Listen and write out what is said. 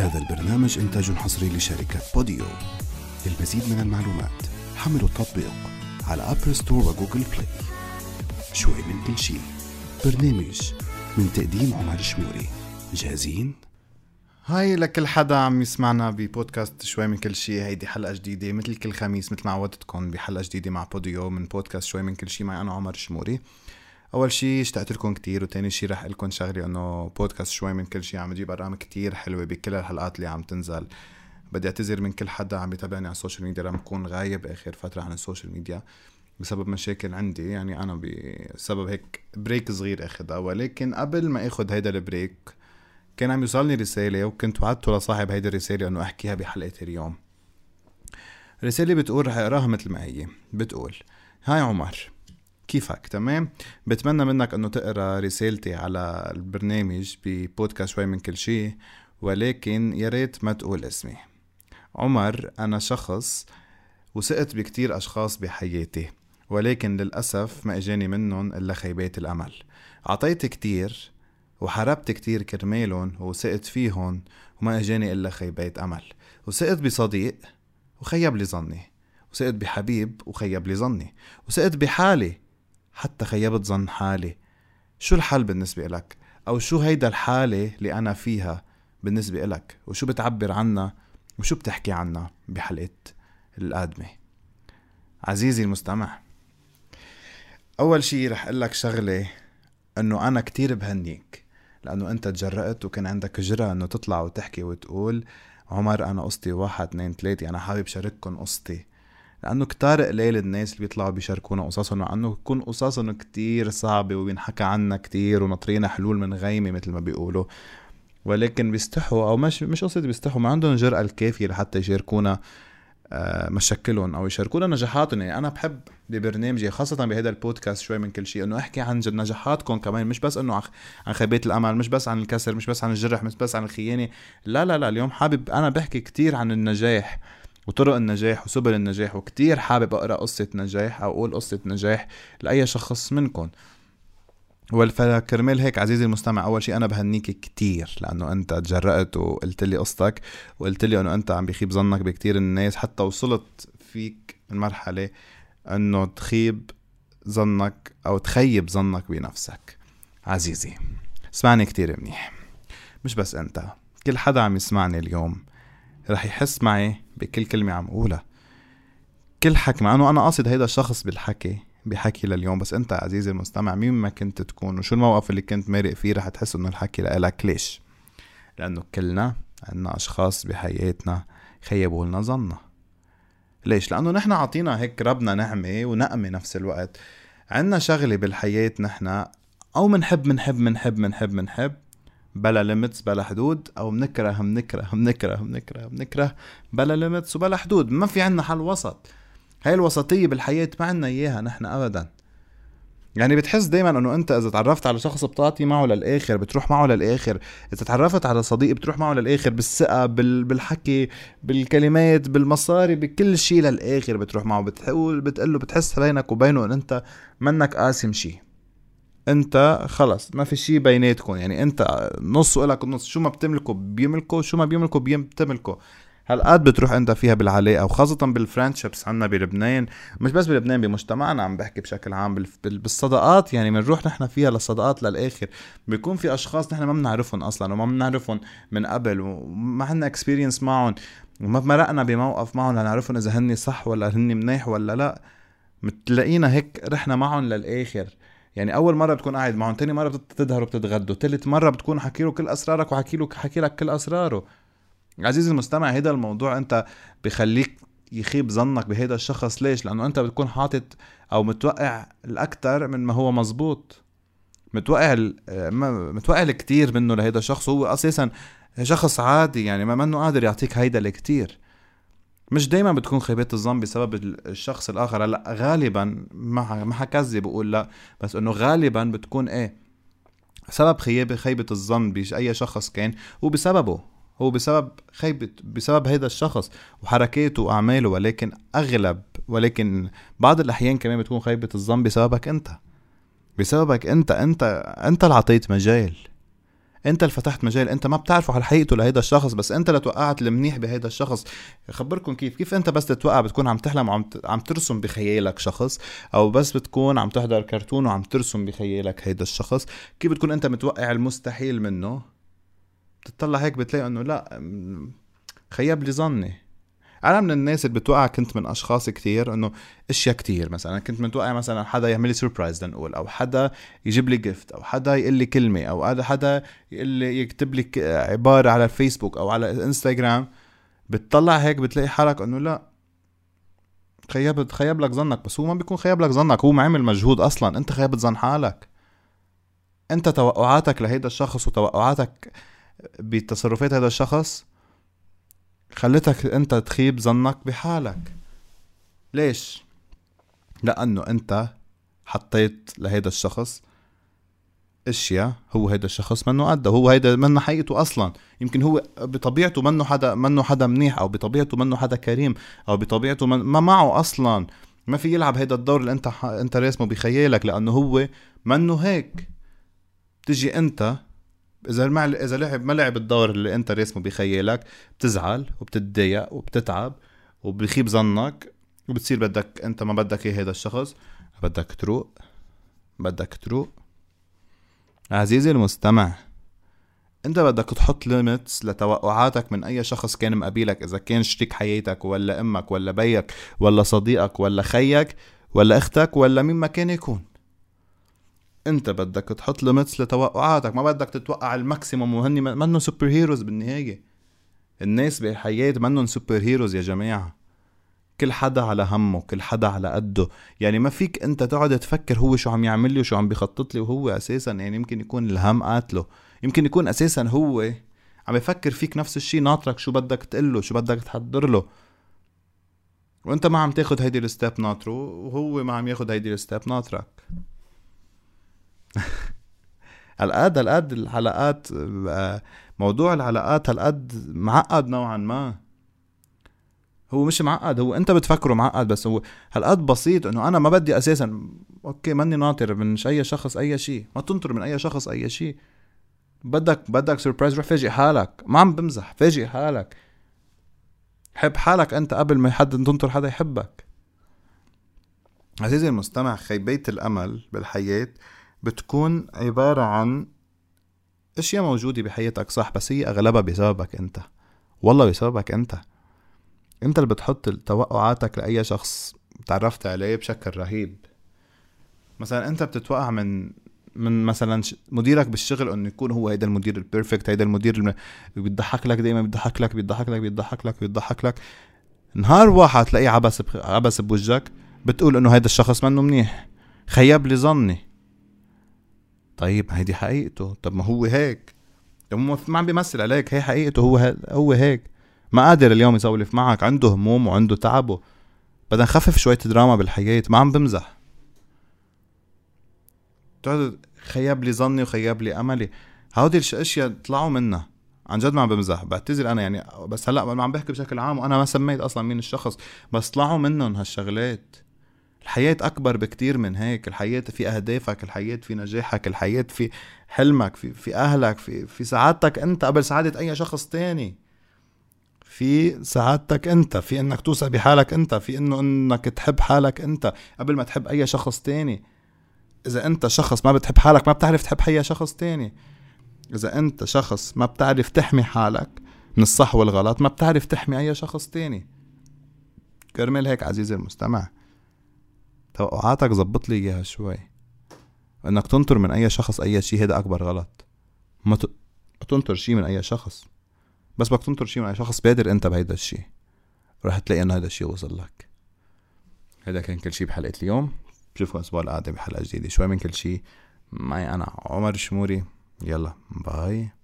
هذا البرنامج إنتاج حصري لشركة بوديو. للمزيد من المعلومات حملوا التطبيق على أبل ستور وجوجل بلاي. شوي من كل شي، برنامج من تقديم عمر شموري. جاهزين؟ هاي لكل حدا عم يسمعنا ببودكاست شوي من كل شي. هيدي حلقة جديدة مثل كل خميس، مثل ما عودتكم بحلقة جديدة مع بوديو من بودكاست شوي من كل شي معي أنا عمر شموري. أول شي اشتقت لكم كتير، وتاني شي رح لكم شغلي أنه بودكاست شوي من كل شي عم يجيب أرقام كتير حلوة بكل الحلقات اللي عم تنزل. بدي أعتذر من كل حدا عم يتابعني على السوشيال ميديا، رح أكون غايب آخر فترة عن السوشيال ميديا بسبب مشاكل عندي، يعني أنا بسبب هيك بريك صغير أخدها. ولكن قبل ما أخد هيدا البريك كان عم يوصلني رسالة، وكنت وعدته لصاحب هيدا الرسالة أنه أحكيها بحلقة اليوم. رسالة بتقول، رح أقراها مثل ما هي. بتقول: هاي عمر، كيفك؟ تمام؟ بتمنى منك أنه تقرأ رسالتي على البرنامج ببودكاست شوي من كل شي، ولكن ياريت ما تقول اسمي. عمر، أنا شخص وثقت بكتير أشخاص بحياتي، ولكن للأسف ما إجاني منهم إلا خيبات الأمل. عطيت كتير وحربت كتير كرمالهم وثقت فيهم، وما إجاني إلا خيبات أمل. وثقت بصديق وخيب لي ظني، وثقت بحبيب وخيب لي ظني، وثقت بحالي حتى خيبت ظن حالي. شو الحل بالنسبة لك؟ أو شو هيدا الحالة اللي أنا فيها بالنسبة لك؟ وشو بتعبر عنها؟ وشو بتحكي عنها بحلقة القادمة؟ عزيزي المستمع، أول شي رح أقلك شغلة، أنه أنا كتير بهنيك لأنه أنت تجرأت وكان عندك جرأة أنه تطلع وتحكي وتقول: عمر، أنا قصتي 1 2 3، أنا حابب شارككم قصتي. لأنه كتار قليل الناس اللي بيطلعوا بيشاركونا قصصهم، وعنه يكون قصصهم كتير صعبة وبينحكى عنها كتير ونطرينا حلول من غيمة مثل ما بيقولوا، ولكن بيستحوا، أو مش قصة بيستحوا، ما عندهم جرأة الكافية لحتى يشاركونا مشاكلهم أو يشاركونا نجاحاتهم. يعني أنا بحب ببرنامجي خاصة بهذا البودكاست شوي من كل شيء أنه أحكي عن نجاحاتكم كمان، مش بس أنه عن خيبات الأمل، مش بس عن الكسر، مش بس عن الجرح، مش بس عن الخيانة. لا، اليوم حابب أنا بحكي كتير عن النجاح وطرق النجاح وسبل النجاح، وكتير حابب أقرأ قصة نجاح أو أقول قصة نجاح لأي شخص منكم. والفكرمال هيك عزيزي المستمع، أول شيء أنا بهنيك كتير لأنه أنت تجرأت وقلت لي قصتك، وقلت لي أنه أنت عم بيخيب ظنك بكتير الناس، حتى وصلت فيك المرحلة أنه تخيب ظنك أو تخيب ظنك بنفسك. عزيزي اسمعني كتير منيح، مش بس أنت، كل حدا عم يسمعني اليوم رح يحس معي بكل كلمة عم أقولها، كل حكي، مع أنه أنا قاصد هيدا الشخص بحكي لليوم. بس أنت عزيزي المستمع، مين ما كنت تكون وشو الموقف اللي كنت مارق فيه، رح تحس أنه الحكي لك. ليش؟ لأنه كلنا عنا أشخاص بحياتنا خيبوا لنا ظننا. ليش؟ لأنه نحن عطينا هيك ربنا نعمة ونقمة نفس الوقت. عنا شغلة بالحياة نحن أو منحب بلا ليميتس بلا حدود، أو منكره بلا ليميتس وبلا حدود. ما في عنا حل وسط. هاي الوسطية بالحياة ما عنا إياها نحن أبدا. يعني بتحس دايما أنه أنت إذا تعرفت على شخص بتعطي معه للآخر، بتروح معه للآخر. إذا تعرفت على صديق بتروح معه للآخر، بالثقة، بالحكي، بالكلمات، بالمصاري، بكل شيء للآخر بتروح معه. بتقله، بتحس بينك وبينه أن أنت منك قاسم شيء، انت خلص ما في شيء بيناتكم. يعني انت نص وإلك النص، شو ما بتملكه بيملكه، شو ما بيملكه بتملكه. هالقد بتروح انت فيها بالعلاقة، وخاصة بالفريندشيبس عنا بلبنان، مش بس بلبنان، بمجتمعنا عم بحكي بشكل عام. بالصداقات، يعني منروح نحن فيها للصداقات للآخر. بيكون في أشخاص نحن ما بنعرفهم أصلا وما بنعرفهم من قبل وما عنا اكسبيرينس معهم وما مرقنا بموقف معهم لنعرفهم إذا هني صح ولا هني منيح ولا لا. متلاقينا هيك رحنا معهم للآخر. يعني أول مرة بتكون قاعد معهم، تاني مرة بتظهر وبتتغدوا، تالت مرة بتكون حكيله كل أسرارك حكي لك كل أسراره. عزيزي المستمع، هيدا الموضوع أنت بخليك يخيب ظنك بهيدا الشخص. ليش؟ لأنه أنت بتكون حاطط أو متوقع الأكتر من ما هو مزبوط، متوقع الكتير منه لهيدا الشخص. هو أساسا شخص عادي، يعني ما منه قادر يعطيك هيدا الكتير. مش دايما بتكون خيبات الظن بسبب الشخص الآخر. لا، غالبا ما حكذب بقول لا، بس انه غالبا بتكون سبب خيبة الظن بأي شخص كان هو بسبب هيدا الشخص وحركاته وأعماله. ولكن بعض الأحيان كمان بتكون خيبة الظن بسببك انت اللي عطيت مجال. انت اللي فتحت مجال، انت ما بتعرفه على حقيقته لهيدا الشخص، بس انت اللي توقعت المنيح بهيدا الشخص. خبركم كيف انت بس تتوقع بتكون عم تحلم وعم ترسم بخيالك شخص، او بس بتكون عم تحضر كرتون وعم ترسم بخيالك هيدا الشخص، كيف بتكون انت متوقع المستحيل منه، بتطلع هيك بتلاقي انه لا، خيب لي ظني. انا من الناس اللي بتوقع، كنت من اشخاص كتير انه اشياء كتير، مثلا كنت متوقع مثلا حدا يعمل لي سربرايز لنقول، او حدا يجيب لي جيفت، او حدا يقول لي كلمه، او حدا يقول لي يكتب لي عباره على الفيسبوك او على الانستغرام. بتطلع هيك بتلاقي حالك انه لا، خيب لك ظنك. بس هو ما بيكون خيب لك ظنك، هو ما عمل مجهود اصلا، انت خيبت ظن حالك. انت توقعاتك لهيدا الشخص وتوقعاتك بتصرفات هذا الشخص خلتك انت تخيب ظنك بحالك. ليش؟ لانه انت حطيت لهيدا الشخص اشياء هو هيدا الشخص منه قده، هو هيدا منه حقيقته اصلا. يمكن هو بطبيعته منه حدا منيح، او بطبيعته منه حدا كريم، او بطبيعته ما معه اصلا، ما في يلعب هيدا الدور اللي انت راسمه بخيالك، لانه هو منه هيك. تجي انت اذا ما لعب الدور اللي انت راسمه بخيالك، بتزعل وبتتضايق وبتتعب وبيخيب ظنك، وبتصير بدك انت ما بدك ايه هيدا الشخص، بدك تروق. عزيزي المستمع، انت بدك تحط ليميتس لتوقعاتك من اي شخص كان مقابلك، اذا كان شريك حياتك ولا امك ولا بيك ولا صديقك ولا خيك ولا اختك ولا مين ما كان يكون. انت بدك تحط ليميتس لتوقعاتك، ما بدك تتوقع الماكسيموم، وهني منه سوبر هيروز بالنهاية. الناس بالحياة منهم سوبر هيروز يا جماعة، كل حدا على همه، كل حدا على قده. يعني ما فيك انت تقعد تفكر هو شو عم يعمل لي وشو عم بيخطط لي، وهو اساسا يعني يمكن يكون الهم قاتله، يمكن يكون اساسا هو عم يفكر فيك نفس الشيء، ناطرك شو بدك تقله، شو بدك تحضر له، وانت ما عم تاخد هيدي الستيب ناطره، وهو ما عم ياخد هيدي الستيب ناطرك. هالقد الحلقات، موضوع العلاقات هالقد معقد نوعا ما. هو مش معقد، هو انت بتفكره معقد، بس هو هالقد بسيط انه انا ما بدي اساسا، اوكي ماني ناطر من اي شخص اي شيء، ما تنطر من اي شخص اي شيء. بدك سربرايز، روح فاجئ حالك، ما عم بمزح، فاجئ حالك، حب حالك انت قبل ما حد تنطر حدا يحبك. عزيزي المستمع، خيبية الامل بالحياة بتكون عبارة عن اشياء موجودة بحياتك صح، بس هي اغلبها بسببك انت، والله بسببك انت اللي بتحط توقعاتك لأي شخص تعرفت عليه بشكل رهيب. مثلا انت بتتوقع من مثلا مديرك بالشغل انه يكون هو هيدا المدير البيرفكت، هيدا المدير اللي بيضحك لك دايما، بيضحك لك. نهار واحد تلاقيه عبس بوجهك، بتقول انه هيدا الشخص منه منيح، خيب لي ظني. طيب هيدي حقيقته، طب ما هو هيك، ما عم بيمثل عليك، هي حقيقته، هو هيك، ما قادر اليوم يسولف معك، عنده هموم وعنده تعبه. بدنا نخفف شوية دراما بالحياة، ما عم بمزح. تقعد خيب لي ظني وخيب لي املي، هودي الاشياء طلعوا منها، عن جد ما عم بمزح، بعتذر انا يعني، بس هلا ما عم بحكي بشكل عام، وانا ما سميت اصلا مين الشخص، بس طلعوا منهم هالشغلات. الحياة اكبر بكتير من هيك، الحياة في اهدافك، الحياة في نجاحك، الحياة في حلمك، في اهلك، في سعادتك انت قبل سعادة اي شخص تاني، في سعادتك انت، في انك توسع بحالك انت، في انك تحب حالك انت قبل ما تحب اي شخص تاني. اذا انت شخص ما بتحب حالك، ما بتعرف تحب اي شخص تاني. اذا انت شخص ما بتعرف تحمي حالك من الصح والغلط، ما بتعرف تحمي اي شخص تاني. كرمال هيك عزيزي المستمع، توقعاتك زبط لي اياها شوي. انك تنطر من اي شخص اي شيء، هذا اكبر غلط. ما تنطر شيء من اي شخص، بس بدك تنطر شيء من اي شخص بادر انت بهيدا الشيء، رح تلاقي انه هيدا الشيء وصل لك. هذا كان كل شيء بحلقة اليوم، بشوفكم الاسبوع القادم بحلقة جديدة شوي من كل شيء. معي انا عمر شموري، يلا باي.